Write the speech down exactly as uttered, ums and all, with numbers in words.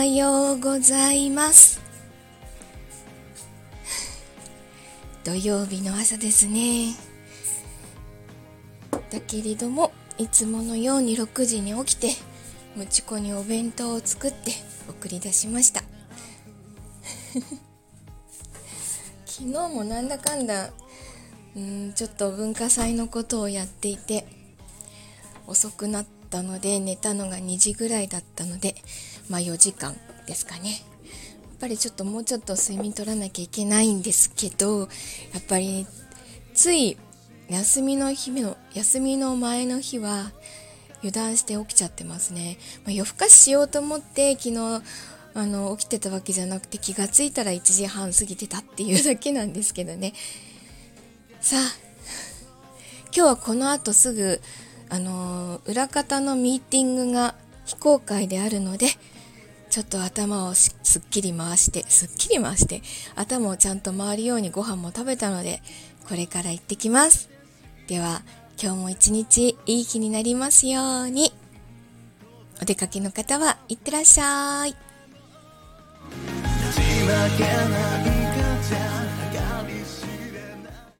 はようございます。土曜日の朝ですね。だけれどもいつものようにろくじに起きてむちこにお弁当を作って送り出しました。昨日もなんだかんだうーんちょっと文化祭のことをやっていて遅くなったので、寝たのがにじぐらいだったので、まあよじかんですかね。やっぱりちょっともうちょっと睡眠取らなきゃいけないんですけど、やっぱりつい休みの日の休みの前の日は油断して起きちゃってますね。まあ、夜更かししようと思って昨日あの起きてたわけじゃなくて、気がついたらいちじはん過ぎてたっていうだけなんですけどね。さあ今日はこの後すぐあのー、裏方のミーティングが非公開であるので、ちょっと頭をすっきり回してすっきり回して頭をちゃんと回るようにご飯も食べたので、これから行ってきます。では今日も一日いい日になりますように。お出かけの方はいってらっしゃい。